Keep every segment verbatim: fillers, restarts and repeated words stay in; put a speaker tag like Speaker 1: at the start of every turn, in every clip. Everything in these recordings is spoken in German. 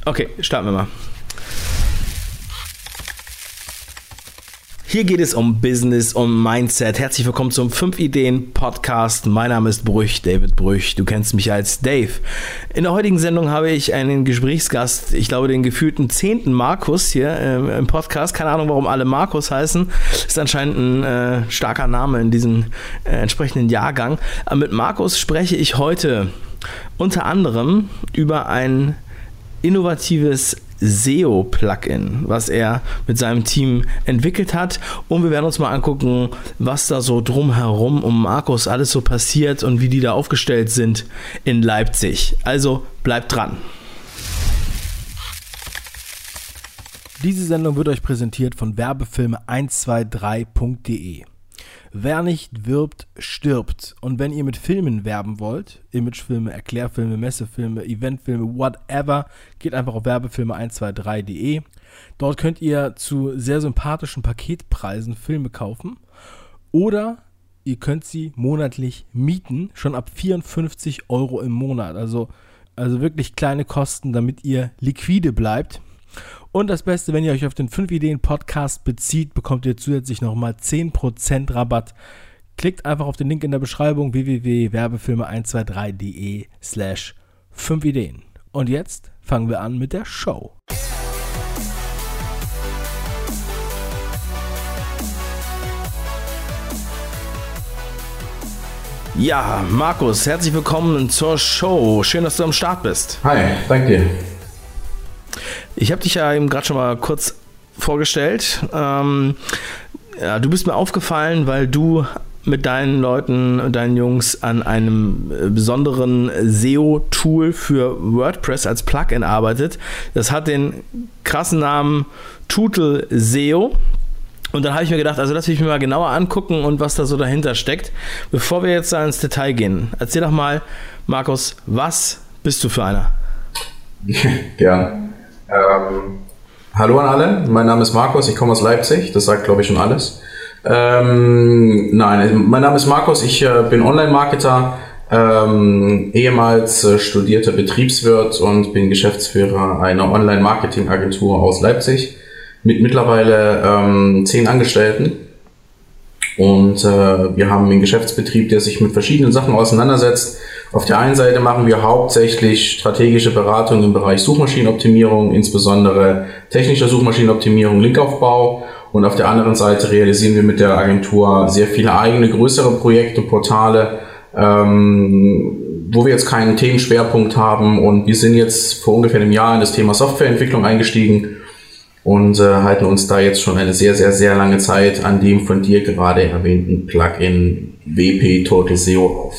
Speaker 1: Okay, starten wir mal. Hier geht es um Business, um Mindset. Herzlich willkommen zum fünf Ideen Podcast. Mein Name ist Brüch, David Brüch. Du kennst mich als Dave. In der heutigen Sendung habe ich einen Gesprächsgast, ich glaube den gefühlten zehnten Markus hier äh, im Podcast. Keine Ahnung, warum alle Markus heißen. Ist anscheinend ein äh, starker Name in diesem äh, entsprechenden Jahrgang. Aber mit Markus spreche ich heute unter anderem über ein innovatives S E O-Plugin, was er mit seinem Team entwickelt hat, und wir werden uns mal angucken, was da so drumherum um Markus alles so passiert und wie die da aufgestellt sind in Leipzig. Also bleibt dran. Diese Sendung wird euch präsentiert von Werbefilme eins zwei drei punkt de. Wer nicht wirbt, stirbt. Und wenn ihr mit Filmen werben wollt, Imagefilme, Erklärfilme, Messefilme, Eventfilme, whatever, geht einfach auf Werbefilme eins zwei drei punkt de. Dort könnt ihr zu sehr sympathischen Paketpreisen Filme kaufen oder ihr könnt sie monatlich mieten, schon ab vierundfünfzig Euro im Monat. Also, also wirklich kleine Kosten, damit ihr liquide bleibt. Und das Beste, wenn ihr euch auf den fünf Ideen Podcast bezieht, bekommt ihr zusätzlich nochmal zehn Prozent Rabatt. Klickt einfach auf den Link in der Beschreibung w w w punkt werbefilme eins zwei drei punkt de slash fünf Ideen. Und jetzt fangen wir an mit der Show. Ja, Markus, herzlich willkommen zur Show. Schön, dass du am Start bist.
Speaker 2: Hi, danke dir.
Speaker 1: Ich habe dich ja eben gerade schon mal kurz vorgestellt. Ähm, ja, du bist mir aufgefallen, weil du mit deinen Leuten, deinen Jungs an einem besonderen S E O-Tool für WordPress als Plugin arbeitet. Das hat den krassen Namen Tutel S E O. Und dann habe ich mir gedacht, also lass mich mir mal genauer angucken und was da so dahinter steckt. Bevor wir jetzt da ins Detail gehen, erzähl doch mal, Markus, was bist du für einer?
Speaker 2: Gern. Ähm, hallo an alle, mein Name ist Markus, ich komme aus Leipzig, das sagt glaube ich schon alles. Ähm, nein, mein Name ist Markus, ich äh, bin Online-Marketer, ähm, ehemals äh, studierter Betriebswirt und bin Geschäftsführer einer Online-Marketing-Agentur aus Leipzig mit mittlerweile ähm, zehn Angestellten. Und äh, wir haben einen Geschäftsbetrieb, der sich mit verschiedenen Sachen auseinandersetzt. Auf der einen Seite machen wir hauptsächlich strategische Beratung im Bereich Suchmaschinenoptimierung, insbesondere technischer Suchmaschinenoptimierung, Linkaufbau. Und auf der anderen Seite realisieren wir mit der Agentur sehr viele eigene, größere Projekte, Portale, ähm, wo wir jetzt keinen Themenschwerpunkt haben. Und wir sind jetzt vor ungefähr einem Jahr in das Thema Softwareentwicklung eingestiegen und äh, halten uns da jetzt schon eine sehr, sehr, sehr lange Zeit an dem von dir gerade erwähnten Plugin W P Total S E O auf.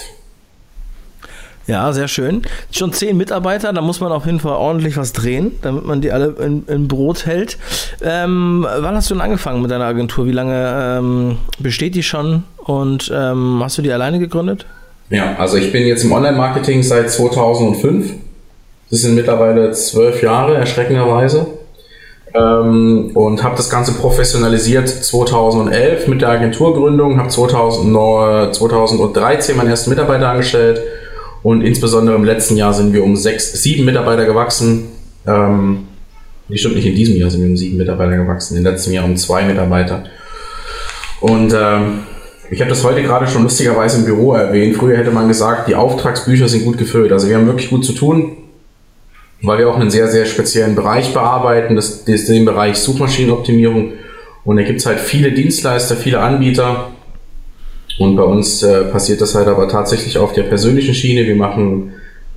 Speaker 1: Ja, sehr schön. Schon zehn Mitarbeiter, da muss man auf jeden Fall ordentlich was drehen, damit man die alle in, in Brot hält. Ähm, wann hast du denn angefangen mit deiner Agentur? Wie lange ähm, besteht die schon und ähm, hast du die alleine gegründet?
Speaker 2: Ja, also ich bin jetzt im Online-Marketing seit zweitausendfünf. Das sind mittlerweile zwölf Jahre, erschreckenderweise. Ähm, und habe das Ganze professionalisiert zweitausendelf mit der Agenturgründung, habe zweitausenddreizehn meinen ersten Mitarbeiter angestellt. Und insbesondere im letzten Jahr sind wir um sechs, sieben Mitarbeiter gewachsen. Ähm, nee, stimmt nicht, in diesem Jahr sind wir um sieben Mitarbeiter gewachsen, im letzten Jahr um zwei Mitarbeiter. Und ähm, ich habe das heute gerade schon lustigerweise im Büro erwähnt. Früher hätte man gesagt, die Auftragsbücher sind gut gefüllt. Also wir haben wirklich gut zu tun, weil wir auch einen sehr, sehr speziellen Bereich bearbeiten, das, das ist den Bereich Suchmaschinenoptimierung. Und da gibt es halt viele Dienstleister, viele Anbieter. Und bei uns äh, passiert das halt aber tatsächlich auf der persönlichen Schiene. Wir machen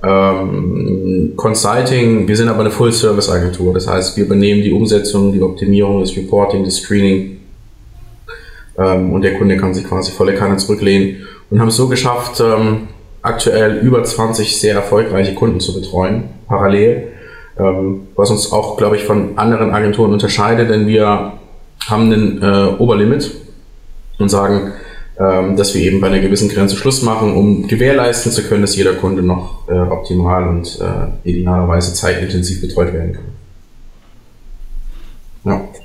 Speaker 2: ähm, Consulting, wir sind aber eine Full-Service-Agentur. Das heißt, wir übernehmen die Umsetzung, die Optimierung, das Reporting, das Screening. Ähm, und der Kunde kann sich quasi volle Kanne zurücklehnen. Und haben es so geschafft, ähm, aktuell über zwanzig sehr erfolgreiche Kunden zu betreuen, parallel. Ähm, was uns auch, glaube ich, von anderen Agenturen unterscheidet, denn wir haben einen äh, Oberlimit und sagen, dass wir eben bei einer gewissen Grenze Schluss machen, um gewährleisten zu können, dass jeder Kunde noch äh, optimal und äh, idealerweise zeitintensiv betreut werden kann.
Speaker 1: Ja.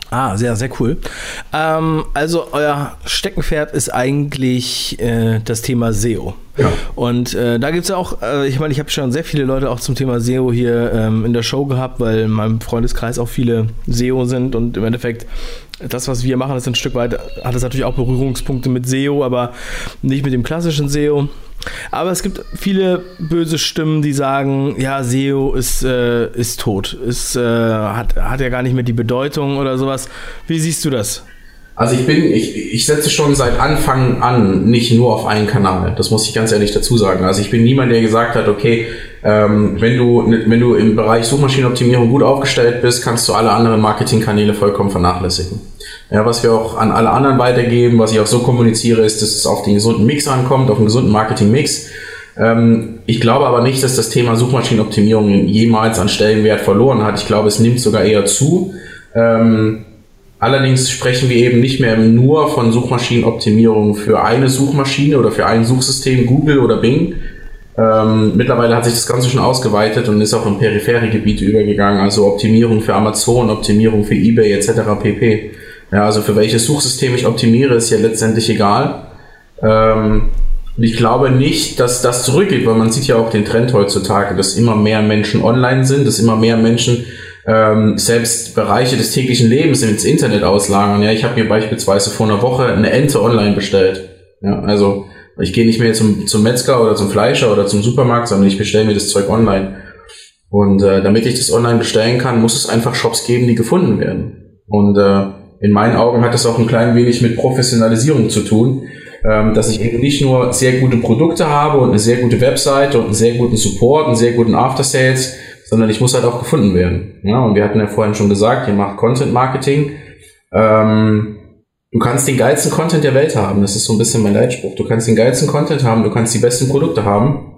Speaker 1: Ah, sehr, sehr cool. Ähm, also euer Steckenpferd ist eigentlich äh, das Thema S E O.
Speaker 2: Ja.
Speaker 1: Und äh, da gibt es ja auch, äh, ich meine, ich habe schon sehr viele Leute auch zum Thema S E O hier ähm, in der Show gehabt, weil in meinem Freundeskreis auch viele S E O sind und im Endeffekt das, was wir machen, ist ein Stück weit, hat es natürlich auch Berührungspunkte mit S E O, aber nicht mit dem klassischen S E O. Aber es gibt viele böse Stimmen, die sagen, ja, S E O ist, äh, ist tot, ist, äh, hat, hat ja gar nicht mehr die Bedeutung oder sowas. Wie siehst du das?
Speaker 2: Also ich bin, ich, ich setze schon seit Anfang an nicht nur auf einen Kanal. Das muss ich ganz ehrlich dazu sagen. Also ich bin niemand, der gesagt hat, okay, ähm, wenn du, wenn du im Bereich Suchmaschinenoptimierung gut aufgestellt bist, kannst du alle anderen Marketingkanäle vollkommen vernachlässigen. Ja, was wir auch an alle anderen weitergeben, was ich auch so kommuniziere, ist, dass es auf den gesunden Mix ankommt, auf den gesunden Marketing-Mix. Ähm, ich glaube aber nicht, dass das Thema Suchmaschinenoptimierung jemals an Stellenwert verloren hat. Ich glaube, es nimmt sogar eher zu. Ähm, Allerdings sprechen wir eben nicht mehr nur von Suchmaschinenoptimierung für eine Suchmaschine oder für ein Suchsystem, Google oder Bing. Ähm, mittlerweile hat sich das Ganze schon ausgeweitet und ist auch in periphere Gebiete übergegangen, also Optimierung für Amazon, Optimierung für eBay et cetera pp. Ja, also für welches Suchsystem ich optimiere, ist ja letztendlich egal. Ähm, und ich glaube nicht, dass das zurückgeht, weil man sieht ja auch den Trend heutzutage, dass immer mehr Menschen online sind, dass immer mehr Menschen Ähm, selbst Bereiche des täglichen Lebens ins Internet auslagern. Ja, ich habe mir beispielsweise vor einer Woche eine Ente online bestellt. Ja, also ich gehe nicht mehr zum, zum Metzger oder zum Fleischer oder zum Supermarkt, sondern ich bestelle mir das Zeug online. Und äh, damit ich das online bestellen kann, muss es einfach Shops geben, die gefunden werden. Und äh, in meinen Augen hat das auch ein klein wenig mit Professionalisierung zu tun, ähm, dass ich eben nicht nur sehr gute Produkte habe und eine sehr gute Webseite und einen sehr guten Support, einen sehr guten After-Sales, sondern ich muss halt auch gefunden werden. Ja, und wir hatten ja vorhin schon gesagt, ihr macht Content Marketing. Ähm, du kannst den geilsten Content der Welt haben. Das ist so ein bisschen mein Leitspruch. Du kannst den geilsten Content haben, du kannst die besten Produkte haben.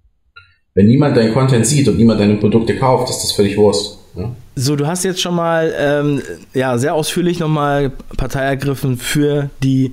Speaker 2: Wenn niemand deinen Content sieht und niemand deine Produkte kauft, ist das völlig Wurst. Ja?
Speaker 1: So, du hast jetzt schon mal ähm, ja, sehr ausführlich nochmal Partei ergriffen für die,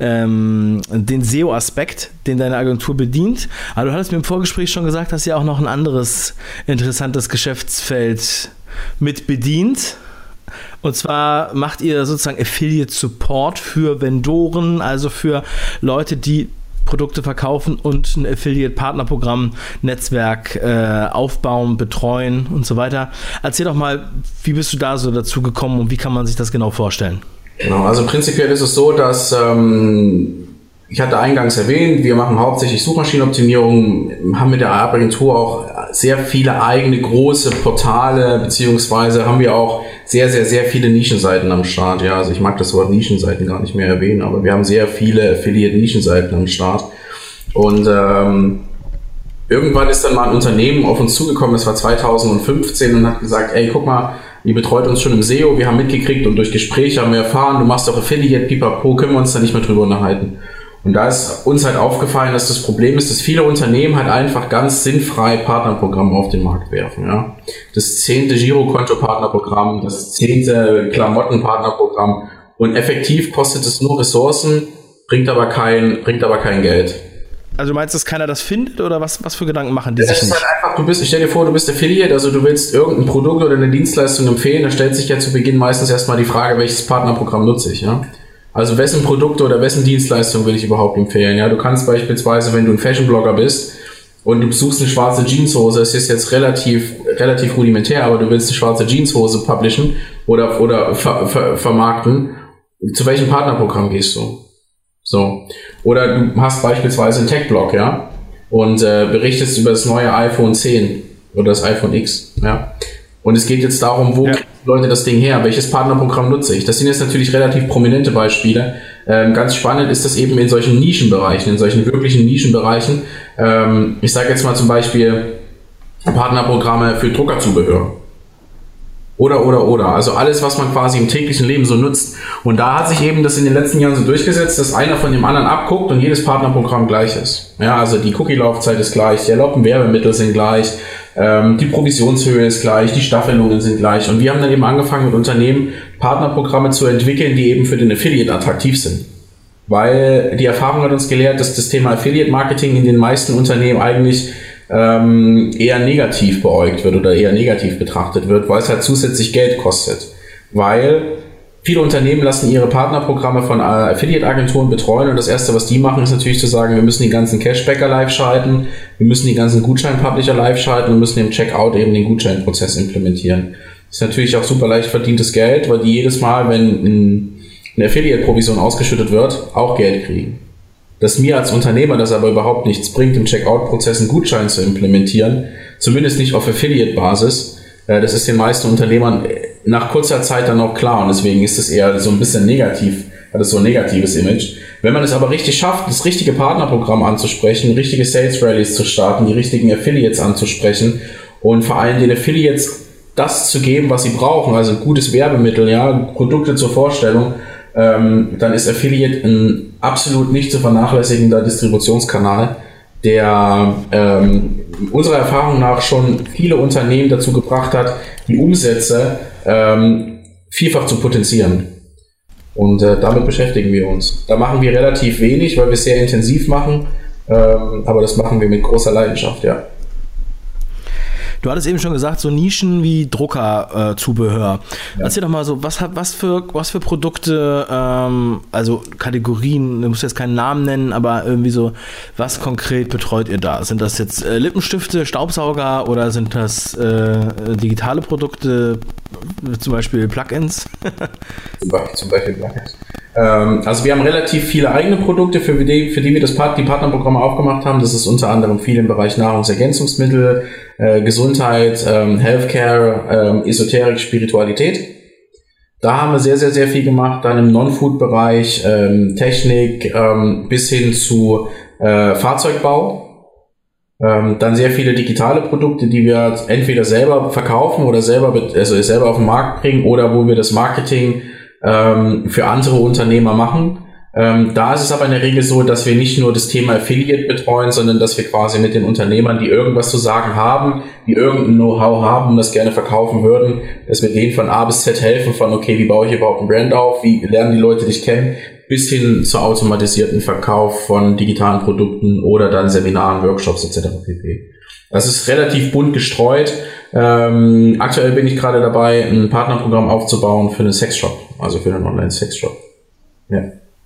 Speaker 1: ähm, den S E O-Aspekt, den deine Agentur bedient. Aber du hattest mir im Vorgespräch schon gesagt, dass ihr auch noch ein anderes interessantes Geschäftsfeld mit bedient. Und zwar macht ihr sozusagen Affiliate Support für Vendoren, also für Leute, die Produkte verkaufen und ein Affiliate-Partnerprogramm, Netzwerk äh, aufbauen, betreuen und so weiter. Erzähl doch mal, wie bist du da so dazu gekommen und wie kann man sich das genau vorstellen?
Speaker 2: Genau, also prinzipiell ist es so, dass ähm, ich hatte eingangs erwähnt, wir machen hauptsächlich Suchmaschinenoptimierung, haben mit der Agentur auch sehr viele eigene große Portale, beziehungsweise haben wir auch sehr, sehr, sehr viele Nischenseiten am Start. Ja, also ich mag das Wort Nischenseiten gar nicht mehr erwähnen, aber wir haben sehr viele Affiliate-Nischenseiten am Start. Und ähm, irgendwann ist dann mal ein Unternehmen auf uns zugekommen, das war zweitausendfünfzehn, und hat gesagt, ey, guck mal, ihr betreut uns schon im S E O, wir haben mitgekriegt und durch Gespräche haben wir erfahren, du machst doch Affiliate, pipapo, können wir uns da nicht mehr drüber unterhalten. Und da ist uns halt aufgefallen, dass das Problem ist, dass viele Unternehmen halt einfach ganz sinnfrei Partnerprogramme auf den Markt werfen. Ja? Das zehnte Girokonto-Partnerprogramm, das zehnte Klamottenpartnerprogramm, und effektiv kostet es nur Ressourcen, bringt aber kein, bringt aber kein Geld.
Speaker 1: Also du meinst, dass keiner das findet, oder was, was für Gedanken machen die
Speaker 2: das
Speaker 1: sich
Speaker 2: ist
Speaker 1: nicht?
Speaker 2: Halt einfach, du bist, stell dir vor, du bist Affiliate, also du willst irgendein Produkt oder eine Dienstleistung empfehlen, da stellt sich ja zu Beginn meistens erstmal die Frage, welches Partnerprogramm nutze ich, ja? Also wessen Produkte oder wessen Dienstleistung will ich überhaupt empfehlen? Ja, du kannst beispielsweise, wenn du ein Fashion-Blogger bist und du suchst eine schwarze Jeanshose, das ist jetzt relativ relativ rudimentär, aber du willst eine schwarze Jeanshose publishen oder oder ver, ver, vermarkten, zu welchem Partnerprogramm gehst du? So. Oder du hast beispielsweise einen Tech-Blog, ja, und äh, berichtest über das neue iPhone zehn oder das iPhone X, ja. Und es geht jetzt darum, wo ja. kriegen Leute das Ding her? Welches Partnerprogramm nutze ich? Das sind jetzt natürlich relativ prominente Beispiele. Ähm, ganz spannend ist das eben in solchen Nischenbereichen, in solchen wirklichen Nischenbereichen. Ähm, ich sage jetzt mal zum Beispiel Partnerprogramme für Druckerzubehör. Oder, oder, oder. Also alles, was man quasi im täglichen Leben so nutzt. Und da hat sich eben das in den letzten Jahren so durchgesetzt, dass einer von dem anderen abguckt und jedes Partnerprogramm gleich ist. Ja, also die Cookie-Laufzeit ist gleich, die erlaubten Werbemittel sind gleich, ähm, die Provisionshöhe ist gleich, die Staffelungen sind gleich. Und wir haben dann eben angefangen mit Unternehmen Partnerprogramme zu entwickeln, die eben für den Affiliate attraktiv sind. Weil die Erfahrung hat uns gelehrt, dass das Thema Affiliate-Marketing in den meisten Unternehmen eigentlich ähm, eher negativ beäugt wird oder eher negativ betrachtet wird, weil es halt zusätzlich Geld kostet. Weil viele Unternehmen lassen ihre Partnerprogramme von Affiliate-Agenturen betreuen und das Erste, was die machen, ist natürlich zu sagen, wir müssen die ganzen Cashbacker live schalten, wir müssen die ganzen Gutschein-Publisher live schalten und müssen im Checkout eben den Gutscheinprozess implementieren. Das ist natürlich auch super leicht verdientes Geld, weil die jedes Mal, wenn eine Affiliate-Provision ausgeschüttet wird, auch Geld kriegen. Dass mir als Unternehmer das aber überhaupt nichts bringt, im Checkout-Prozess einen Gutschein zu implementieren, zumindest nicht auf Affiliate-Basis, das ist den meisten Unternehmern nach kurzer Zeit dann auch klar und deswegen ist es eher so ein bisschen negativ, hat es so ein negatives Image. Wenn man es aber richtig schafft, das richtige Partnerprogramm anzusprechen, richtige Sales Rallies zu starten, die richtigen Affiliates anzusprechen und vor allem den Affiliates das zu geben, was sie brauchen, also gutes Werbemittel, ja, Produkte zur Vorstellung, ähm, dann ist Affiliate ein absolut nicht zu vernachlässigender Distributionskanal, der ähm, unserer Erfahrung nach schon viele Unternehmen dazu gebracht hat, die Umsätze ähm, vielfach zu potenzieren. Und äh, damit beschäftigen wir uns. Da machen wir relativ wenig, weil wir es sehr intensiv machen, ähm, aber das machen wir mit großer Leidenschaft, ja.
Speaker 1: Du hattest eben schon gesagt, so Nischen wie Druckerzubehör. Äh, ja. Erzähl doch mal so, was, was, für, was für Produkte, ähm, also Kategorien, du musst jetzt keinen Namen nennen, aber irgendwie so, was konkret betreut ihr da? Sind das jetzt äh, Lippenstifte, Staubsauger oder sind das äh, digitale Produkte, zum Beispiel Plugins?
Speaker 2: Zum Beispiel Plugins. Ähm, also wir haben relativ viele eigene Produkte, für die, für die wir das Part- die Partnerprogramme aufgemacht haben. Das ist unter anderem viel im Bereich Nahrungsergänzungsmittel, äh, Gesundheit, ähm, Healthcare, ähm, Esoterik, Spiritualität. Da haben wir sehr, sehr, sehr viel gemacht. Dann im Non-Food-Bereich, ähm, Technik, ähm, bis hin zu äh, Fahrzeugbau. Ähm, dann sehr viele digitale Produkte, die wir entweder selber verkaufen oder selber, also selber auf den Markt bringen oder wo wir das Marketing ähm, für andere Unternehmer machen. Ähm, da ist es aber in der Regel so, dass wir nicht nur das Thema Affiliate betreuen, sondern dass wir quasi mit den Unternehmern, die irgendwas zu sagen haben, die irgendein Know-how haben und das gerne verkaufen würden, dass wir denen von A bis Z helfen, von okay, wie baue ich überhaupt ein Brand auf, wie lernen die Leute dich kennen, bis hin zu automatisierten Verkauf von digitalen Produkten oder dann Seminaren, Workshops et cetera pp. Das ist relativ bunt gestreut. Ähm, aktuell bin ich gerade dabei, ein Partnerprogramm aufzubauen für einen Sexshop, also für einen Online-Sexshop. Ja.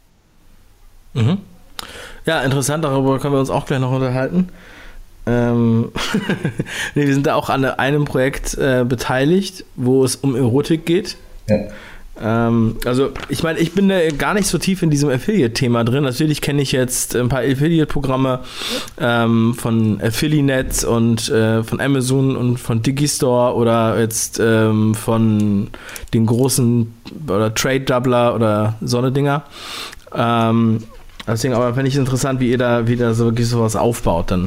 Speaker 1: Mhm. Ja, interessant, darüber können wir uns auch gleich noch unterhalten. Ähm nee, wir sind da auch an einem Projekt äh, beteiligt, wo es um Erotik geht. Ja. Ähm, also ich meine, ich bin da gar nicht so tief in diesem Affiliate-Thema drin. Natürlich kenne ich jetzt ein paar Affiliate-Programme ähm, von Affiliate und äh, von Amazon und von Digistore oder jetzt ähm, von den großen oder Trade-Doubler oder so eine Dinger. Ähm, deswegen aber fände ich es interessant, wie ihr da wieder so wirklich sowas aufbaut dann.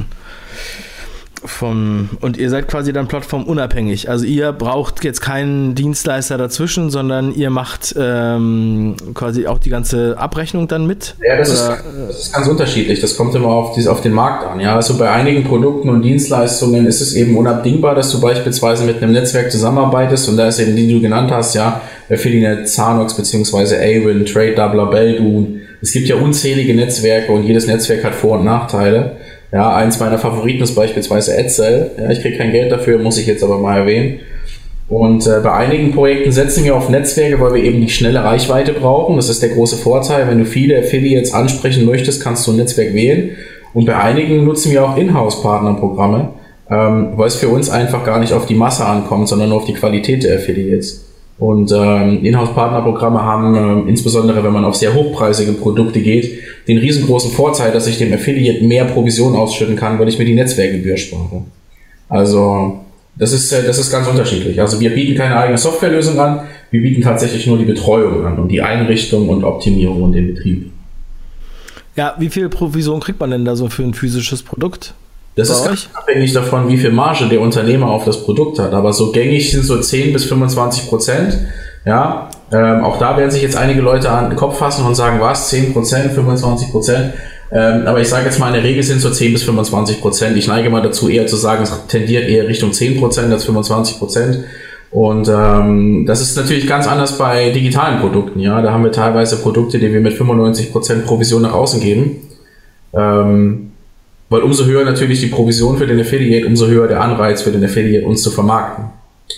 Speaker 1: Vom, und ihr seid quasi dann plattformunabhängig. Also ihr braucht jetzt keinen Dienstleister dazwischen, sondern ihr macht ähm, quasi auch die ganze Abrechnung dann mit?
Speaker 2: Ja, das ist, das ist ganz unterschiedlich. Das kommt immer auf, die, auf den Markt an. Ja, also bei einigen Produkten und Dienstleistungen ist es eben unabdingbar, dass du beispielsweise mit einem Netzwerk zusammenarbeitest und da ist eben, die du genannt hast, ja, Affiliate, Zanox beziehungsweise Awin, Trade Doubler, Beldu. Es gibt ja unzählige Netzwerke und jedes Netzwerk hat Vor- und Nachteile. Ja, eins meiner Favoriten ist beispielsweise Edsel. Ja, ich kriege kein Geld dafür, muss ich jetzt aber mal erwähnen. Und äh, bei einigen Projekten setzen wir auf Netzwerke, weil wir eben die schnelle Reichweite brauchen. Das ist der große Vorteil. Wenn du viele Affiliates ansprechen möchtest, kannst du ein Netzwerk wählen. Und bei einigen nutzen wir auch Inhouse-Partnerprogramme, ähm, weil es für uns einfach gar nicht auf die Masse ankommt, sondern nur auf die Qualität der Affiliates. Und ähm, Inhouse-Partnerprogramme haben, ähm, insbesondere wenn man auf sehr hochpreisige Produkte geht, den riesengroßen Vorteil, dass ich dem Affiliate mehr Provision ausschütten kann, weil ich mir die Netzwerkgebühr spare. Also das ist äh, das ist ganz unterschiedlich. Also wir bieten keine eigene Softwarelösung an, wir bieten tatsächlich nur die Betreuung an und die Einrichtung und Optimierung und den Betrieb.
Speaker 1: Ja, wie viel Provision kriegt man denn da so für ein physisches Produkt?
Speaker 2: Das ist ganz abhängig davon, wie viel Marge der Unternehmer auf das Produkt hat. Aber so gängig sind so zehn bis fünfundzwanzig Prozent. Ja, ähm, auch da werden sich jetzt einige Leute an den Kopf fassen und sagen, was, zehn Prozent, fünfundzwanzig Prozent. Ähm, aber ich sage jetzt mal, in der Regel sind so zehn bis fünfundzwanzig Prozent. Ich neige mal dazu, eher zu sagen, es tendiert eher Richtung zehn Prozent als fünfundzwanzig Prozent. Und ähm, das ist natürlich ganz anders bei digitalen Produkten. Ja, da haben wir teilweise Produkte, die wir mit fünfundneunzig Prozent Provision nach außen geben. Ähm, Weil umso höher natürlich die Provision für den Affiliate, umso höher der Anreiz für den Affiliate, uns zu vermarkten.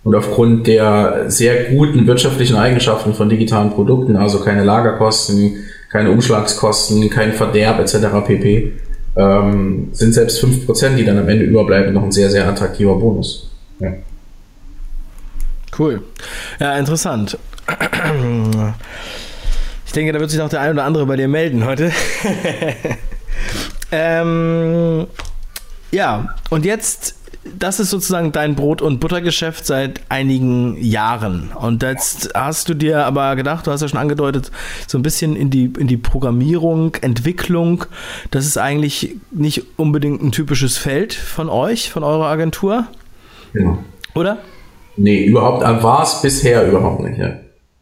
Speaker 2: Und aufgrund der sehr guten wirtschaftlichen Eigenschaften von digitalen Produkten, also keine Lagerkosten, keine Umschlagskosten, kein Verderb et cetera pp., ähm, sind selbst fünf Prozent, die dann am Ende überbleiben, noch ein sehr, sehr attraktiver Bonus. Ja.
Speaker 1: Cool. Ja, interessant. Ich denke, da wird sich noch der ein oder andere bei dir melden heute. ähm, ja, und jetzt, das ist sozusagen dein Brot- und Buttergeschäft seit einigen Jahren. Und jetzt hast du dir aber gedacht, du hast ja schon angedeutet, so ein bisschen in die, in die Programmierung, Entwicklung, das ist eigentlich nicht unbedingt ein typisches Feld von euch, von eurer Agentur.
Speaker 2: Genau.
Speaker 1: Oder?
Speaker 2: Nee, überhaupt, war es bisher überhaupt nicht, ja.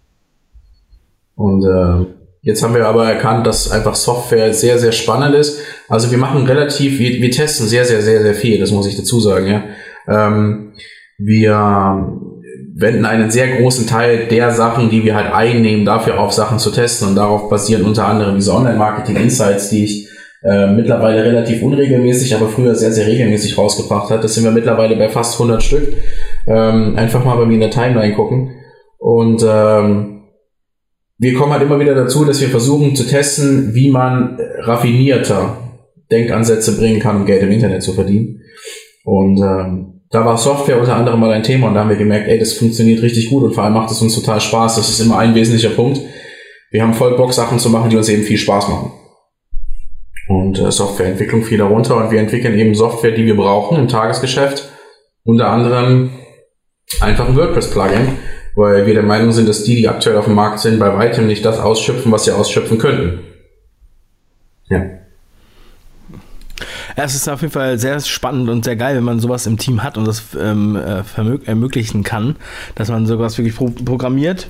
Speaker 2: Und äh, jetzt haben wir aber erkannt, dass einfach Software sehr, sehr spannend ist. Also wir machen relativ, wir, wir testen sehr, sehr, sehr, sehr viel, das muss ich dazu sagen, ja. Ähm, wir wenden einen sehr großen Teil der Sachen, die wir halt einnehmen, dafür auf, Sachen zu testen. Und darauf basieren unter anderem diese Online-Marketing-Insights, die ich äh, mittlerweile relativ unregelmäßig, aber früher sehr, sehr regelmäßig rausgebracht habe. Das sind wir mittlerweile bei fast hundert Stück. Ähm, einfach mal bei mir in der Timeline gucken. Und ähm, wir kommen halt immer wieder dazu, dass wir versuchen zu testen, wie man raffinierter Denkansätze bringen kann, um Geld im Internet zu verdienen. Und ähm, da war Software unter anderem mal ein Thema und da haben wir gemerkt, ey, das funktioniert richtig gut und vor allem macht es uns total Spaß. Das ist immer ein wesentlicher Punkt. Wir haben voll Bock, Sachen zu machen, die uns eben viel Spaß machen. Und äh, Softwareentwicklung fiel darunter und wir entwickeln eben Software, die wir brauchen im Tagesgeschäft. Unter anderem einfach ein WordPress-Plugin, weil wir der Meinung sind, dass die, die aktuell auf dem Markt sind, bei weitem nicht das ausschöpfen, was sie ausschöpfen könnten. Ja.
Speaker 1: Ja, es ist auf jeden Fall sehr spannend und sehr geil, wenn man sowas im Team hat und das ähm, vermög- ermöglichen kann, dass man sowas wirklich pro- programmiert.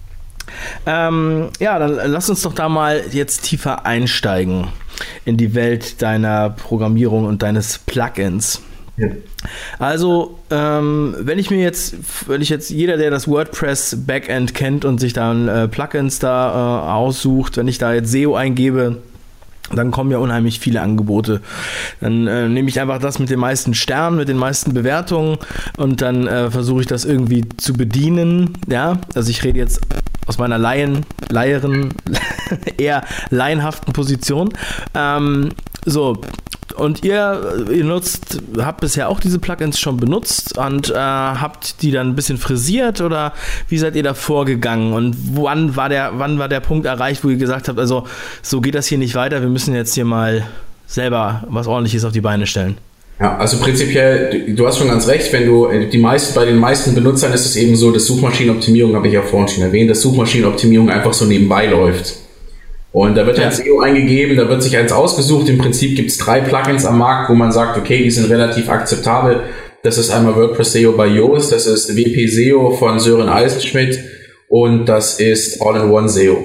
Speaker 1: Ähm, ja, dann lass uns doch da mal jetzt tiefer einsteigen in die Welt deiner Programmierung und deines Plugins. Ja. Also, ähm, wenn ich mir jetzt, wenn ich jetzt jeder, der das WordPress Backend kennt und sich dann äh, Plugins da äh, aussucht, wenn ich da jetzt S E O eingebe, dann kommen ja unheimlich viele Angebote. Dann äh, nehme ich einfach das mit den meisten Sternen, mit den meisten Bewertungen und dann äh, versuche ich das irgendwie zu bedienen. Ja, also ich rede jetzt aus meiner Laien, Laierin, eher laienhaften Position. Ähm, so. Und ihr, ihr nutzt, habt bisher auch diese Plugins schon benutzt und äh, habt die dann ein bisschen frisiert oder wie seid ihr da vorgegangen und wann war der, wann war der Punkt erreicht, wo ihr gesagt habt, also so geht das hier nicht weiter, wir müssen jetzt hier mal selber was Ordentliches auf die Beine stellen?
Speaker 2: Ja, also prinzipiell, du hast schon ganz recht, wenn du die meisten, bei den meisten Benutzern ist es eben so, dass Suchmaschinenoptimierung, habe ich ja vorhin schon erwähnt, dass Suchmaschinenoptimierung einfach so nebenbei läuft. Und da wird ja ein S E O eingegeben, da wird sich eins ausgesucht. Im Prinzip gibt es drei Plugins am Markt, wo man sagt, okay, die sind relativ akzeptabel. Das ist einmal WordPress S E O bei Yoast, das ist W P S E O von Sören Eisenschmidt und das ist All-in-One S E O.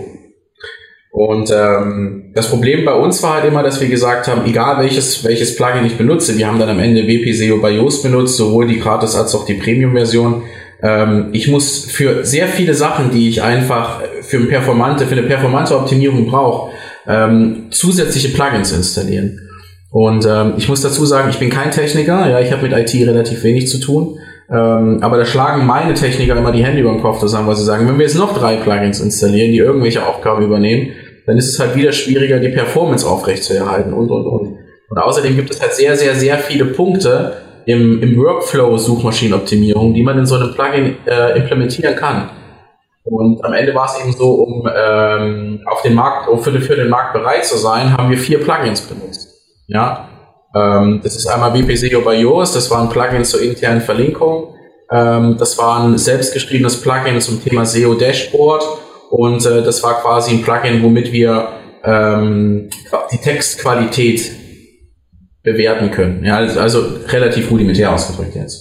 Speaker 2: Und ähm, das Problem bei uns war halt immer, dass wir gesagt haben, egal welches welches Plugin ich benutze, wir haben dann am Ende W P S E O bei Yoast benutzt, sowohl die Gratis als auch die Premium-Version. Ähm, ich muss für sehr viele Sachen, die ich einfach für eine performante, für eine performante Optimierung brauche, ähm, zusätzliche Plugins installieren. Und ähm, ich muss dazu sagen, ich bin kein Techniker, ja, ich habe mit I T relativ wenig zu tun, ähm, aber da schlagen meine Techniker immer die Hände über den Kopf zusammen, weil sie sagen, wenn wir jetzt noch drei Plugins installieren, die irgendwelche Aufgaben übernehmen, dann ist es halt wieder schwieriger, die Performance aufrechtzuerhalten und, und, und. Und außerdem gibt es halt sehr, sehr, sehr viele Punkte im, im Workflow Suchmaschinenoptimierung, die man in so einem Plugin äh, implementieren kann. Und am Ende war es eben so, um ähm, auf den Markt, um für, für den Markt bereit zu sein, haben wir vier Plugins benutzt. Ja, ähm, das ist einmal W P S E O bei Yoast, das war ein Plugin zur internen Verlinkung, ähm, das war ein selbstgeschriebenes Plugin zum Thema S E O Dashboard und äh, das war quasi ein Plugin, womit wir ähm, die Textqualität bewerten können. Ja, also relativ rudimentär ausgedrückt jetzt.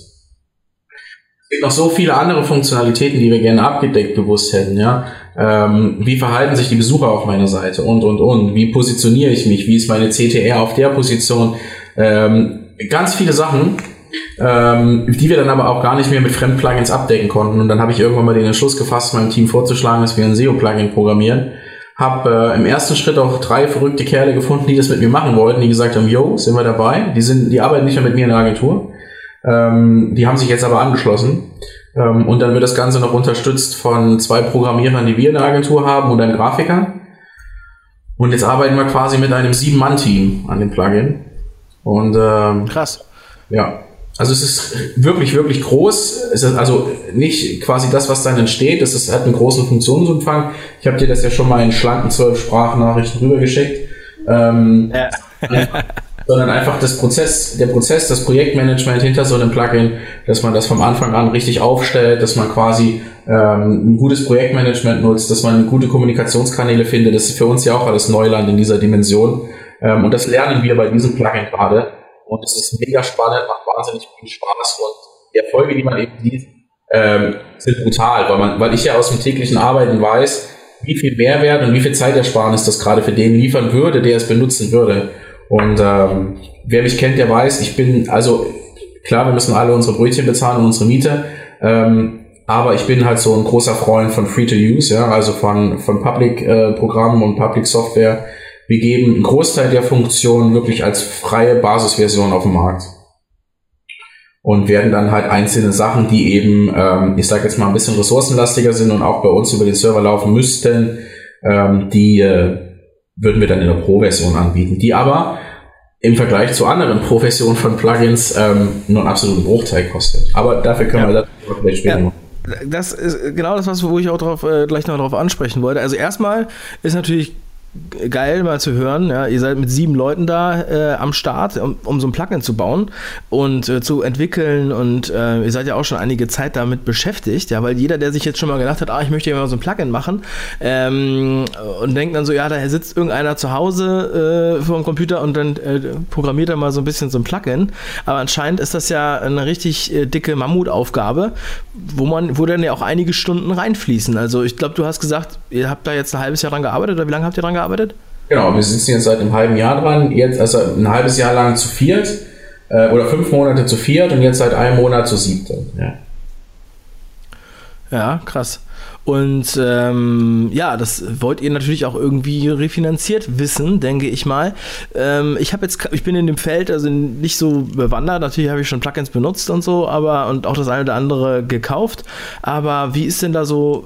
Speaker 2: Es gibt noch so viele andere Funktionalitäten, die wir gerne abgedeckt bewusst hätten. Ja, ähm, wie verhalten sich die Besucher auf meiner Seite und und und. Wie positioniere ich mich? Wie ist meine C T R auf der Position? Ähm, ganz viele Sachen, ähm, die wir dann aber auch gar nicht mehr mit Fremdplugins abdecken konnten. Und dann habe ich irgendwann mal den Entschluss gefasst, meinem Team vorzuschlagen, dass wir ein S E O-Plugin programmieren. Habe äh, im ersten Schritt auch drei verrückte Kerle gefunden, die das mit mir machen wollten, die gesagt haben, yo, sind wir dabei. Die sind, die arbeiten nicht mehr mit mir in der Agentur. Ähm, die haben sich jetzt aber angeschlossen. Ähm, und dann wird das Ganze noch unterstützt von zwei Programmierern, die wir in der Agentur haben und einem Grafiker. Und jetzt arbeiten wir quasi mit einem Sieben-Mann-Team an dem Plugin. Und ähm,
Speaker 1: krass.
Speaker 2: Ja, also es ist wirklich, wirklich groß. Es ist also nicht quasi das, was dann entsteht. Es ist, hat einen großen Funktionsumfang. Ich habe dir das ja schon mal in schlanken zwölf Sprachnachrichten rübergeschickt. Ähm, ja. Sondern einfach das Prozess, der Prozess, das Projektmanagement hinter so einem Plugin, dass man das vom Anfang an richtig aufstellt, dass man quasi ähm, ein gutes Projektmanagement nutzt, dass man gute Kommunikationskanäle findet. Das ist für uns ja auch alles Neuland in dieser Dimension. Ähm, und das lernen wir bei diesem Plugin gerade. Und es ist mega spannend, macht wahnsinnig viel Spaß. Und die Erfolge, die man eben sieht, ähm, sind brutal, weil man, weil ich ja aus dem täglichen Arbeiten weiß, wie viel Mehrwert und wie viel Zeitersparnis das gerade für den liefern würde, der es benutzen würde. Und ähm, wer mich kennt, der weiß, ich bin, also klar, wir müssen alle unsere Brötchen bezahlen und unsere Miete, ähm, aber ich bin halt so ein großer Freund von Free-to-Use, ja, also von von Public-Programmen äh, und Public-Software. Wir geben einen Großteil der Funktionen wirklich als freie Basisversion auf den Markt und werden dann halt einzelne Sachen, die eben, ähm, ich sage jetzt mal, ein bisschen ressourcenlastiger sind und auch bei uns über den Server laufen müssten, ähm, die äh, würden wir dann in der Pro-Version anbieten, die aber im Vergleich zu anderen Pro-Versionen von Plugins ähm, nur einen absoluten Bruchteil kostet. Aber dafür können ja. wir das vielleicht später machen.
Speaker 1: Ja. Das ist genau das, was, wo ich auch drauf, äh, gleich noch darauf ansprechen wollte. Also erstmal ist natürlich geil mal zu hören, ja, ihr seid mit sieben Leuten da äh, am Start, um, um so ein Plugin zu bauen und äh, zu entwickeln und äh, ihr seid ja auch schon einige Zeit damit beschäftigt, ja, weil jeder, der sich jetzt schon mal gedacht hat, ah, ich möchte ja mal so ein Plugin machen ähm, und denkt dann so, ja, da sitzt irgendeiner zu Hause äh, vor dem Computer und dann äh, programmiert er mal so ein bisschen so ein Plugin, aber anscheinend ist das ja eine richtig äh, dicke Mammutaufgabe, wo man, wo dann ja auch einige Stunden reinfließen, also ich glaube, du hast gesagt, ihr habt da jetzt ein halbes Jahr dran gearbeitet oder wie lange habt ihr dran gearbeitet?
Speaker 2: Genau, wir sitzen jetzt seit einem halben Jahr dran, jetzt also ein halbes Jahr lang zu viert äh, oder fünf Monate zu viert und jetzt seit einem Monat zu siebt. Ja,
Speaker 1: ja, krass. Und ähm, ja, das wollt ihr natürlich auch irgendwie refinanziert wissen, denke ich mal. Ähm, ich habe jetzt, ich bin in dem Feld also nicht so bewandert. Natürlich habe ich schon Plugins benutzt und so, aber und auch das eine oder andere gekauft. Aber wie ist denn da so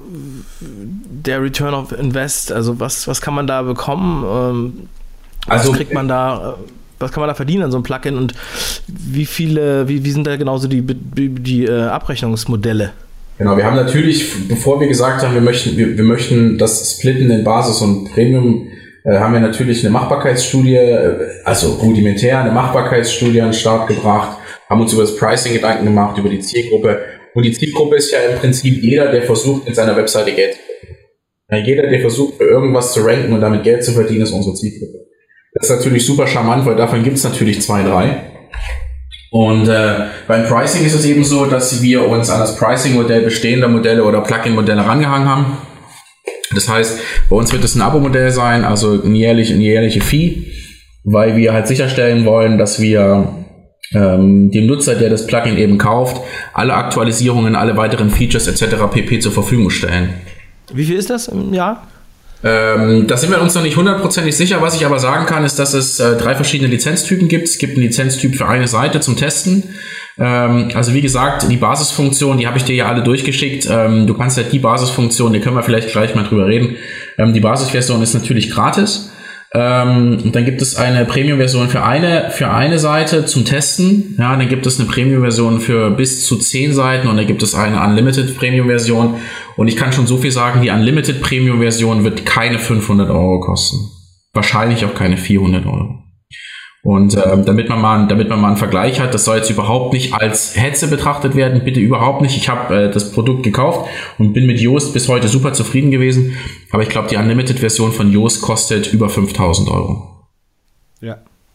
Speaker 1: der Return of Invest? Also was was kann man da bekommen? Ähm, was also, kriegt man da? Was kann man da verdienen an so einem Plugin und wie viele, wie wie sind da genauso die die, die äh, Abrechnungsmodelle?
Speaker 2: Genau, wir haben natürlich, bevor wir gesagt haben, wir möchten, wir, wir möchten das splitten in Basis und Premium, äh, haben wir natürlich eine Machbarkeitsstudie, also rudimentär eine Machbarkeitsstudie an den Start gebracht, haben uns über das Pricing Gedanken gemacht, über die Zielgruppe. Und die Zielgruppe ist ja im Prinzip jeder, der versucht, mit seiner Webseite Geld zu verdienen. Ja, jeder, der versucht, für irgendwas zu ranken und damit Geld zu verdienen, ist unsere Zielgruppe. Das ist natürlich super charmant, weil davon gibt es natürlich zwei, drei. Und äh, beim Pricing ist es eben so, dass wir uns an das Pricing-Modell bestehender Modelle oder Plugin-Modelle rangehangen haben. Das heißt, bei uns wird es ein Abo-Modell sein, also ein jährlich, eine jährliche Fee, weil wir halt sicherstellen wollen, dass wir ähm, dem Nutzer, der das Plugin eben kauft, alle Aktualisierungen, alle weiteren Features et cetera pp. Zur Verfügung stellen.
Speaker 1: Wie viel ist das im Jahr?
Speaker 2: Ähm, da sind wir uns noch nicht hundertprozentig sicher. Was ich aber sagen kann, ist, dass es äh, drei verschiedene Lizenztypen gibt. Es gibt einen Lizenztyp für eine Seite zum Testen. Ähm, also wie gesagt, die Basisfunktion, die habe ich dir ja alle durchgeschickt. Ähm, du kannst ja die Basisfunktion, da können wir vielleicht gleich mal drüber reden. Ähm, die Basisversion ist natürlich gratis. Ähm, und dann gibt es eine Premium-Version für eine, für eine Seite zum Testen. Ja, dann gibt es eine Premium-Version für bis zu zehn Seiten und dann gibt es eine Unlimited Premium-Version. Und ich kann schon so viel sagen, die Unlimited Premium-Version wird keine fünfhundert Euro kosten. Wahrscheinlich auch keine vierhundert Euro. Und ähm, damit man mal, damit man mal einen Vergleich hat, das soll jetzt überhaupt nicht als Hetze betrachtet werden, bitte überhaupt nicht. Ich habe äh, das Produkt gekauft und bin mit Yoast bis heute super zufrieden gewesen. Aber ich glaube, die Unlimited-Version von Yoast kostet über fünftausend Euro.
Speaker 1: Ja.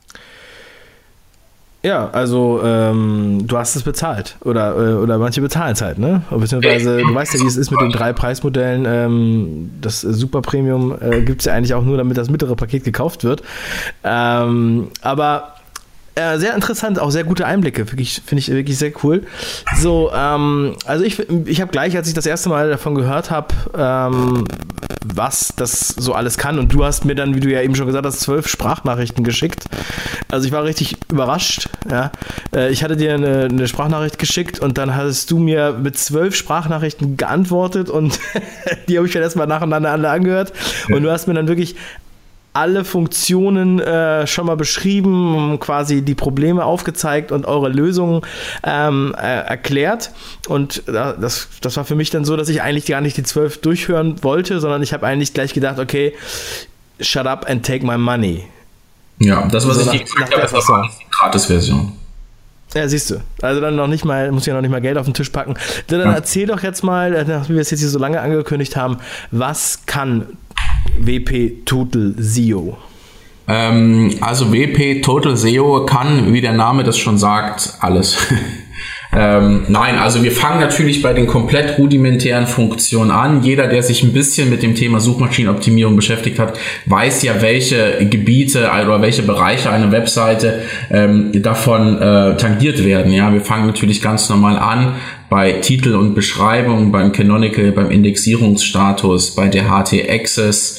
Speaker 1: Ja, also ähm, du hast es bezahlt oder äh, oder manche bezahlen es halt, ne? Beziehungsweise du weißt ja, wie es ist mit den drei Preismodellen. Ähm, das Super Premium äh, gibt es ja eigentlich auch nur, damit das mittlere Paket gekauft wird. Ähm, aber äh, sehr interessant, auch sehr gute Einblicke, wirklich, finde ich wirklich sehr cool. So, ähm, also ich, ich habe gleich, als ich das erste Mal davon gehört habe, ähm, was das so alles kann. Und du hast mir dann, wie du ja eben schon gesagt hast, zwölf Sprachnachrichten geschickt. Also ich war richtig überrascht. Ja. Ich hatte dir eine, eine Sprachnachricht geschickt und dann hattest du mir mit zwölf Sprachnachrichten geantwortet und die habe ich dann erstmal nacheinander alle angehört. Und du hast mir dann wirklich alle Funktionen äh, schon mal beschrieben, quasi die Probleme aufgezeigt und eure Lösungen ähm, äh, erklärt. Und äh, das, das war für mich dann so, dass ich eigentlich gar nicht die zwölf durchhören wollte, sondern ich habe eigentlich gleich gedacht, okay, shut up and take my money.
Speaker 2: Ja, das, was so ich dir gesagt habe, war die Gratis-Version.
Speaker 1: Ja, siehst du. Also dann noch nicht mal, muss ich ja noch nicht mal Geld auf den Tisch packen. Dann ja. Erzähl doch jetzt mal, nachdem wir es jetzt hier so lange angekündigt haben, was kann W P Total S E O?
Speaker 2: Ähm, also W P Total S E O kann, wie der Name das schon sagt, alles. ähm, nein, also wir fangen natürlich bei den komplett rudimentären Funktionen an. Jeder, der sich ein bisschen mit dem Thema Suchmaschinenoptimierung beschäftigt hat, weiß ja, welche Gebiete oder welche Bereiche einer Webseite ähm, davon äh, tangiert werden. Ja, wir fangen natürlich ganz normal an bei Titel und Beschreibung, beim Canonical, beim Indexierungsstatus, bei der H T-Access,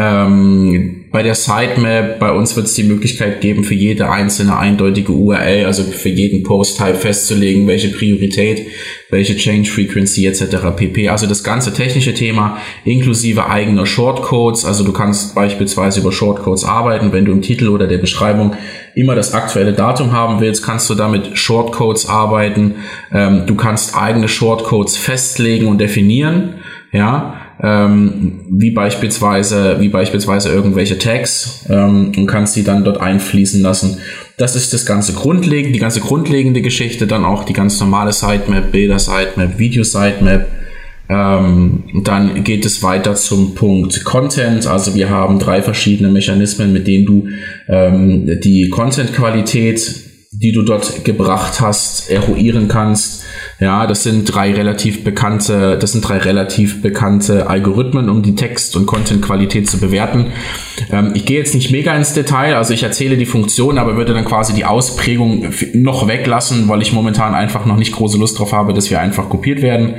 Speaker 2: ähm, bei der Sitemap. Bei uns wird es die Möglichkeit geben, für jede einzelne eindeutige U R L, also für jeden Post-Type festzulegen, welche Priorität, welche Change Frequency et cetera pp. Also das ganze technische Thema inklusive eigener Shortcodes. Also du kannst beispielsweise über Shortcodes arbeiten, wenn du im Titel oder der Beschreibung immer das aktuelle Datum haben willst, kannst du damit Shortcodes arbeiten. Ähm, du kannst eigene Shortcodes festlegen und definieren, ja, ähm, wie beispielsweise, wie beispielsweise irgendwelche Tags, ähm, und kannst die dann dort einfließen lassen. Das ist das ganze grundlegende, die ganze grundlegende Geschichte, dann auch die ganz normale Sitemap, Bilder-Sitemap, Video-Sitemap. Ähm, dann geht es weiter zum Punkt Content. Also wir haben drei verschiedene Mechanismen, mit denen du ähm, die Content-Qualität, die du dort gebracht hast, eruieren kannst. Ja, das sind drei relativ bekannte, das sind drei relativ bekannte Algorithmen, um die Text- und Content-Qualität zu bewerten. Ähm, ich gehe jetzt nicht mega ins Detail, also ich erzähle die Funktion, aber würde dann quasi die Ausprägung noch weglassen, weil ich momentan einfach noch nicht große Lust drauf habe, dass wir einfach kopiert werden.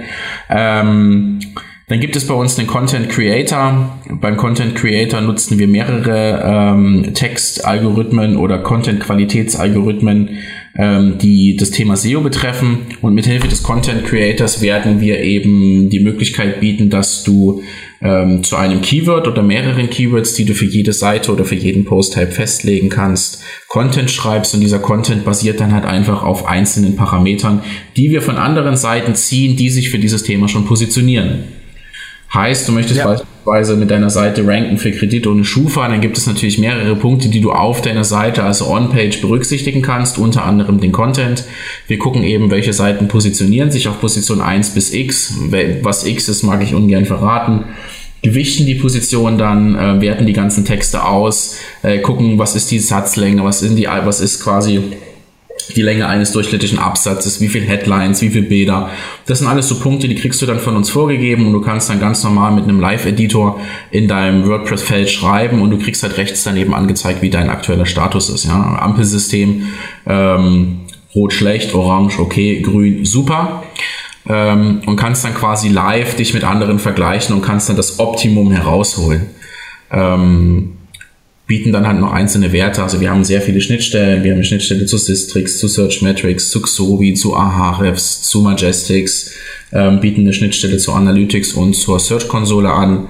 Speaker 2: Ähm, Dann gibt es bei uns den Content Creator. Beim Content Creator nutzen wir mehrere ähm, Textalgorithmen oder Content-Qualitätsalgorithmen, ähm, die das Thema S E O betreffen. Und mit Hilfe des Content Creators werden wir eben die Möglichkeit bieten, dass du ähm, zu einem Keyword oder mehreren Keywords, die du für jede Seite oder für jeden Post-Type festlegen kannst, Content schreibst. Und dieser Content basiert dann halt einfach auf einzelnen Parametern, die wir von anderen Seiten ziehen, die sich für dieses Thema schon positionieren. Heißt, du möchtest ja. beispielsweise mit deiner Seite ranken für Kredit ohne Schufa, dann gibt es natürlich mehrere Punkte, die du auf deiner Seite, also On-Page, berücksichtigen kannst, unter anderem den Content. Wir gucken eben, welche Seiten positionieren sich auf Position eins bis X. Was X ist, mag ich ungern verraten. Gewichten die Position dann, äh, werten die ganzen Texte aus, äh, gucken, was ist die Satzlänge, was ist, die, was ist quasi die Länge eines durchschnittlichen Absatzes, wie viel Headlines, wie viel Bilder. Das sind alles so Punkte, die kriegst du dann von uns vorgegeben und du kannst dann ganz normal mit einem Live-Editor in deinem WordPress-Feld schreiben und du kriegst halt rechts daneben angezeigt, wie dein aktueller Status ist. Ja? Ampelsystem, ähm, rot schlecht, orange okay, grün super. Ähm, und kannst dann quasi live dich mit anderen vergleichen und kannst dann das Optimum herausholen. Ähm, bieten dann halt noch einzelne Werte. Also wir haben sehr viele Schnittstellen. Wir haben eine Schnittstelle zu Sistrix, zu Searchmetrics, zu Xovi, zu Ahrefs, zu Majestics, ähm, bieten eine Schnittstelle zu Analytics und zur Search-Konsole an,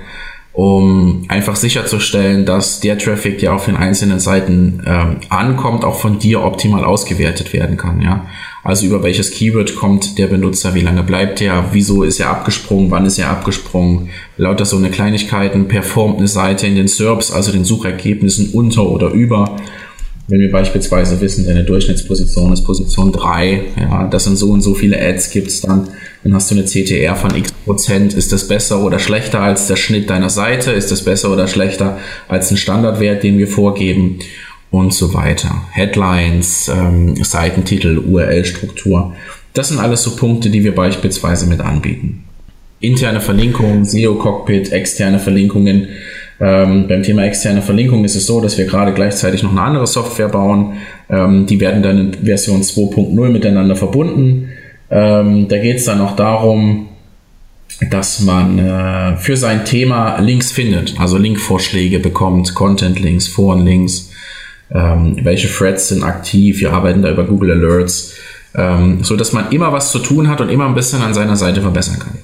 Speaker 2: um einfach sicherzustellen, dass der Traffic, der auf den einzelnen Seiten ähm, ankommt, auch von dir optimal ausgewertet werden kann. Ja, also über welches Keyword kommt der Benutzer, wie lange bleibt der, wieso ist er abgesprungen, wann ist er abgesprungen, lauter so eine Kleinigkeiten, performt eine Seite in den S E R Ps, also den Suchergebnissen unter oder über. Wenn wir beispielsweise wissen, deine Durchschnittsposition ist Position drei, ja, das sind so und so viele Ads gibt's dann, dann hast du eine C T R von x Prozent, ist das besser oder schlechter als der Schnitt deiner Seite, ist das besser oder schlechter als ein Standardwert, den wir vorgeben und so weiter. Headlines, ähm, Seitentitel, U R L-Struktur, das sind alles so Punkte, die wir beispielsweise mit anbieten. Interne Verlinkungen, S E O-Cockpit, externe Verlinkungen. Ähm, beim Thema externe Verlinkung ist es so, dass wir gerade gleichzeitig noch eine andere Software bauen. Ähm, die werden dann in Version zwei Punkt null miteinander verbunden. Ähm, da geht es dann auch darum, dass man äh, für sein Thema Links findet, also Linkvorschläge bekommt, Content-Links, Foren-Links, ähm, welche Threads sind aktiv, wir arbeiten da über Google Alerts, ähm, so dass man immer was zu tun hat und immer ein bisschen an seiner Seite verbessern kann.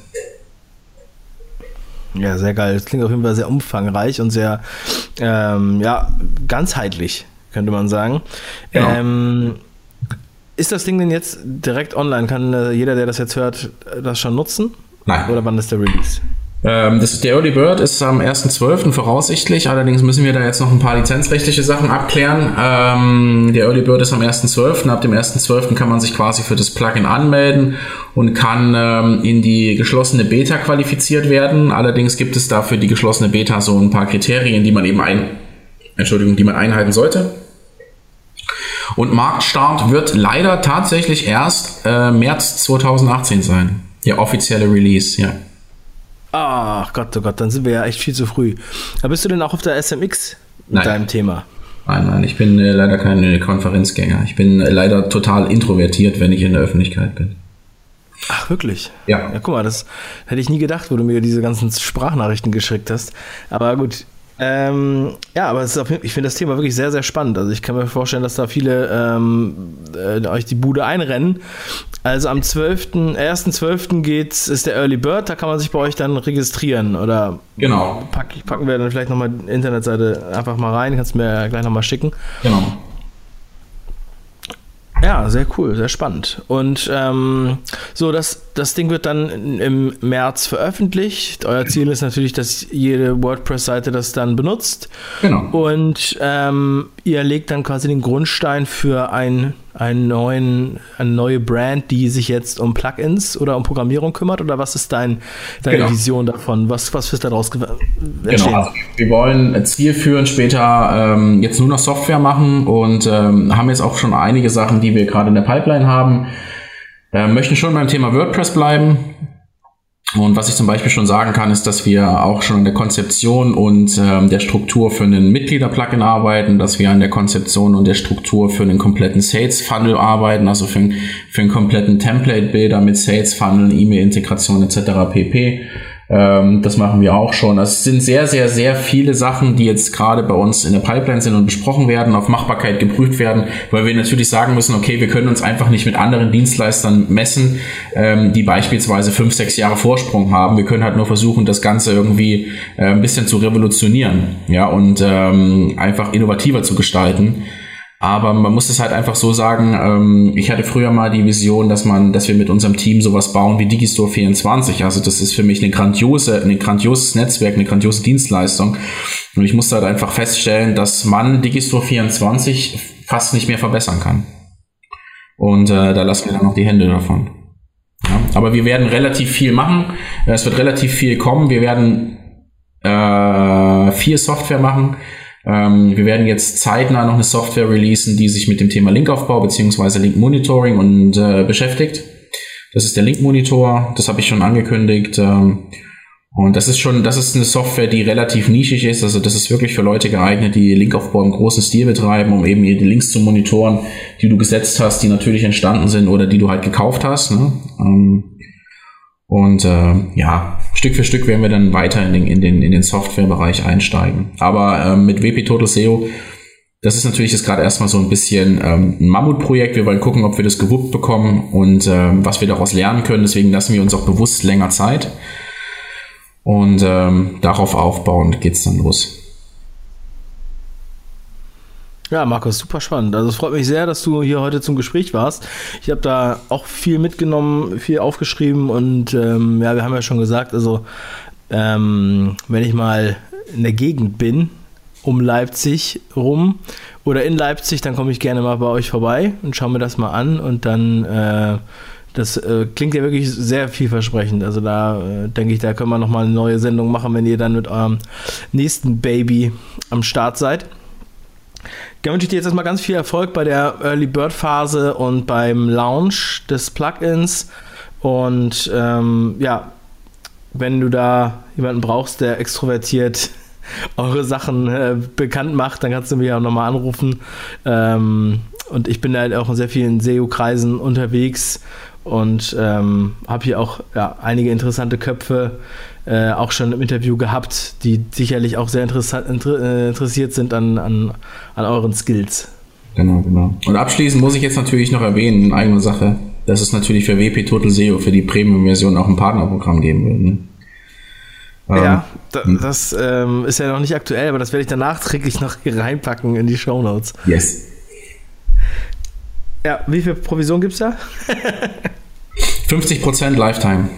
Speaker 1: Ja, sehr geil. Das klingt auf jeden Fall sehr umfangreich und sehr ähm, ja, ganzheitlich, könnte man sagen.
Speaker 2: Genau.
Speaker 1: Ähm, ist das Ding denn jetzt direkt online? Kann äh, jeder, der das jetzt hört, das schon nutzen?
Speaker 2: Nein.
Speaker 1: Oder wann ist der Release?
Speaker 2: Ähm, das, der Early Bird ist am ersten zwölften voraussichtlich, allerdings müssen wir da jetzt noch ein paar lizenzrechtliche Sachen abklären. Ähm, der Early Bird ist am ersten zwölften Ab dem ersten zwölften kann man sich quasi für das Plugin anmelden und kann ähm, in die geschlossene Beta qualifiziert werden. Allerdings gibt es da für die geschlossene Beta so ein paar Kriterien, die man eben ein, Entschuldigung, die man einhalten sollte. Und Marktstart wird leider tatsächlich erst äh, März zweitausendachtzehn sein. Der offizielle Release, ja.
Speaker 1: Ach Gott, oh Gott, dann sind wir ja echt viel zu früh. Aber bist du denn auch auf der S M X mit
Speaker 2: Nein.
Speaker 1: deinem Thema?
Speaker 2: Nein, nein, ich bin äh, leider kein äh, Konferenzgänger. Ich bin äh, leider total introvertiert, wenn ich in der Öffentlichkeit bin.
Speaker 1: Ach, wirklich?
Speaker 2: Ja.
Speaker 1: Ja, guck mal, das hätte ich nie gedacht, wo du mir diese ganzen Sprachnachrichten geschickt hast. Aber gut. Ähm, ja, aber es ist auf, ich finde das Thema wirklich sehr, sehr spannend. Also ich kann mir vorstellen, dass da viele ähm, äh, euch die Bude einrennen. Also am zwölften ersten zwölften geht's, ist der Early Bird, da kann man sich bei euch dann registrieren. Oder
Speaker 2: Genau.
Speaker 1: pack, packen wir dann vielleicht nochmal die Internetseite einfach mal rein, kannst du mir gleich nochmal schicken.
Speaker 2: Genau.
Speaker 1: Ja, sehr cool, sehr spannend. Und ähm, so, das, das Ding wird dann im März veröffentlicht. Euer Ziel ist natürlich, dass jede WordPress-Seite das dann benutzt.
Speaker 2: Genau.
Speaker 1: Und ähm, ihr legt dann quasi den Grundstein für ein, einen neuen, eine neue Brand, die sich jetzt um Plugins oder um Programmierung kümmert? Oder was ist dein, deine
Speaker 2: Genau.
Speaker 1: Vision davon? Was, was wird daraus ge-
Speaker 2: Genau, also wir wollen zielführend später ähm, jetzt nur noch Software machen und ähm, haben jetzt auch schon einige Sachen, die wir gerade in der Pipeline haben. Ähm, möchten schon beim Thema WordPress bleiben. Und was ich zum Beispiel schon sagen kann, ist, dass wir auch schon an der Konzeption und ähm, der Struktur für einen Mitglieder-Plugin arbeiten, dass wir an der Konzeption und der Struktur für einen kompletten Sales-Funnel arbeiten, also für, einen- für einen kompletten Template-Builder mit Sales-Funnel, E-Mail-Integration et cetera pp. Ähm, das machen wir auch schon. Also es sind sehr, sehr, sehr viele Sachen, die jetzt gerade bei uns in der Pipeline sind und besprochen werden, auf Machbarkeit geprüft werden, weil wir natürlich sagen müssen, okay, wir können uns einfach nicht mit anderen Dienstleistern messen, ähm, die beispielsweise fünf, sechs Jahre Vorsprung haben. Wir können halt nur versuchen, das Ganze irgendwie äh, ein bisschen zu revolutionieren, ja, und ähm, einfach innovativer zu gestalten. Aber man muss es halt einfach so sagen, ähm, ich hatte früher mal die Vision, dass man, dass wir mit unserem Team sowas bauen wie Digistore vierundzwanzig. Also das ist für mich eine grandiose, ein grandioses Netzwerk, eine grandiose Dienstleistung. Und ich musste halt einfach feststellen, dass man Digistore vierundzwanzig fast nicht mehr verbessern kann. Und äh, da lassen wir dann noch die Hände davon. Ja, aber wir werden relativ viel machen. Es wird relativ viel kommen. Wir werden äh, viel Software machen. Ähm, wir werden jetzt zeitnah noch eine Software releasen, die sich mit dem Thema Linkaufbau bzw. Link-Monitoring und äh, beschäftigt. Das ist der Link-Monitor, das habe ich schon angekündigt. Ähm, und das ist schon, das ist eine Software, die relativ nischig ist. Also das ist wirklich für Leute geeignet, die Linkaufbau im großen Stil betreiben, um eben die Links zu monitoren, die du gesetzt hast, die natürlich entstanden sind oder die du halt gekauft hast. Ne? Ähm, Und äh, ja, Stück für Stück werden wir dann weiter in den, in den, in den Softwarebereich einsteigen. Aber ähm, mit W P Total S E O, das ist natürlich jetzt gerade erstmal so ein bisschen ähm, ein Mammutprojekt. Wir wollen gucken, ob wir das gewuppt bekommen und ähm, was wir daraus lernen können. Deswegen lassen wir uns auch bewusst länger Zeit. Und ähm, darauf aufbauend geht's dann los.
Speaker 1: Ja, Markus, super spannend. Also es freut mich sehr, dass du hier heute zum Gespräch warst. Ich habe da auch viel mitgenommen, viel aufgeschrieben und ähm, ja, wir haben ja schon gesagt, also ähm, wenn ich mal in der Gegend bin, um Leipzig rum oder in Leipzig, dann komme ich gerne mal bei euch vorbei und schaue mir das mal an und dann, äh, das äh, klingt ja wirklich sehr vielversprechend. Also da äh, denke ich, da können wir nochmal eine neue Sendung machen, wenn ihr dann mit eurem nächsten Baby am Start seid. Da wünsche ich dir jetzt erstmal ganz viel Erfolg bei der Early Bird Phase und beim Launch des Plugins. Und ähm, ja, wenn du da jemanden brauchst, der extrovertiert eure Sachen äh, bekannt macht, dann kannst du mich auch nochmal anrufen. Ähm, und ich bin halt auch in sehr vielen S E O-Kreisen unterwegs und ähm, habe hier auch ja, einige interessante Köpfe äh, auch schon im Interview gehabt, die sicherlich auch sehr interessant, inter, äh, interessiert sind an, an, an euren Skills.
Speaker 2: Genau, genau. Und abschließend muss ich jetzt natürlich noch erwähnen, in eigener Sache, dass es natürlich für W P Total S E O für die Premium-Version auch ein Partnerprogramm geben wird. Ne?
Speaker 1: Ja, da, das ähm, ist ja noch nicht aktuell, aber das werde ich dann nachträglich noch hier reinpacken in die Shownotes.
Speaker 2: Yes.
Speaker 1: Ja, wie viel Provision gibt's da?
Speaker 2: fünfzig Prozent Lifetime.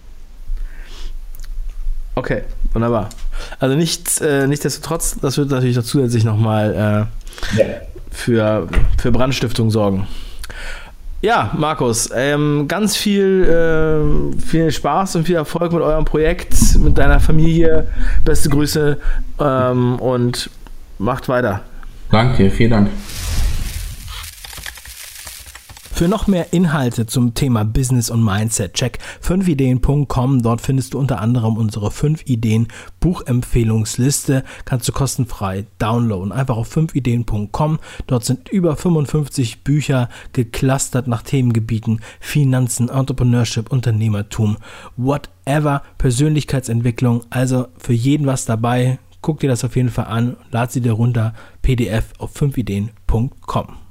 Speaker 1: Okay, wunderbar. Also nichts, äh, nichtsdestotrotz, das wird natürlich noch zusätzlich nochmal äh, ja. für, für Brandstiftung sorgen. Ja, Markus, ähm, ganz viel, äh, viel Spaß und viel Erfolg mit eurem Projekt, mit deiner Familie. Beste Grüße ähm, und macht weiter.
Speaker 2: Danke, vielen Dank.
Speaker 1: Für noch mehr Inhalte zum Thema Business und Mindset, check fünf ideen punkt com. Dort findest du unter anderem unsere fünf Ideen Buchempfehlungsliste. Kannst du kostenfrei downloaden. Einfach auf fünf ideen punkt com. Dort sind über fünfundfünfzig Bücher geclustert nach Themengebieten: Finanzen, Entrepreneurship, Unternehmertum, whatever, Persönlichkeitsentwicklung. Also für jeden was dabei. Guck dir das auf jeden Fall an. Lad sie dir runter. P D F auf fünf ideen punkt com.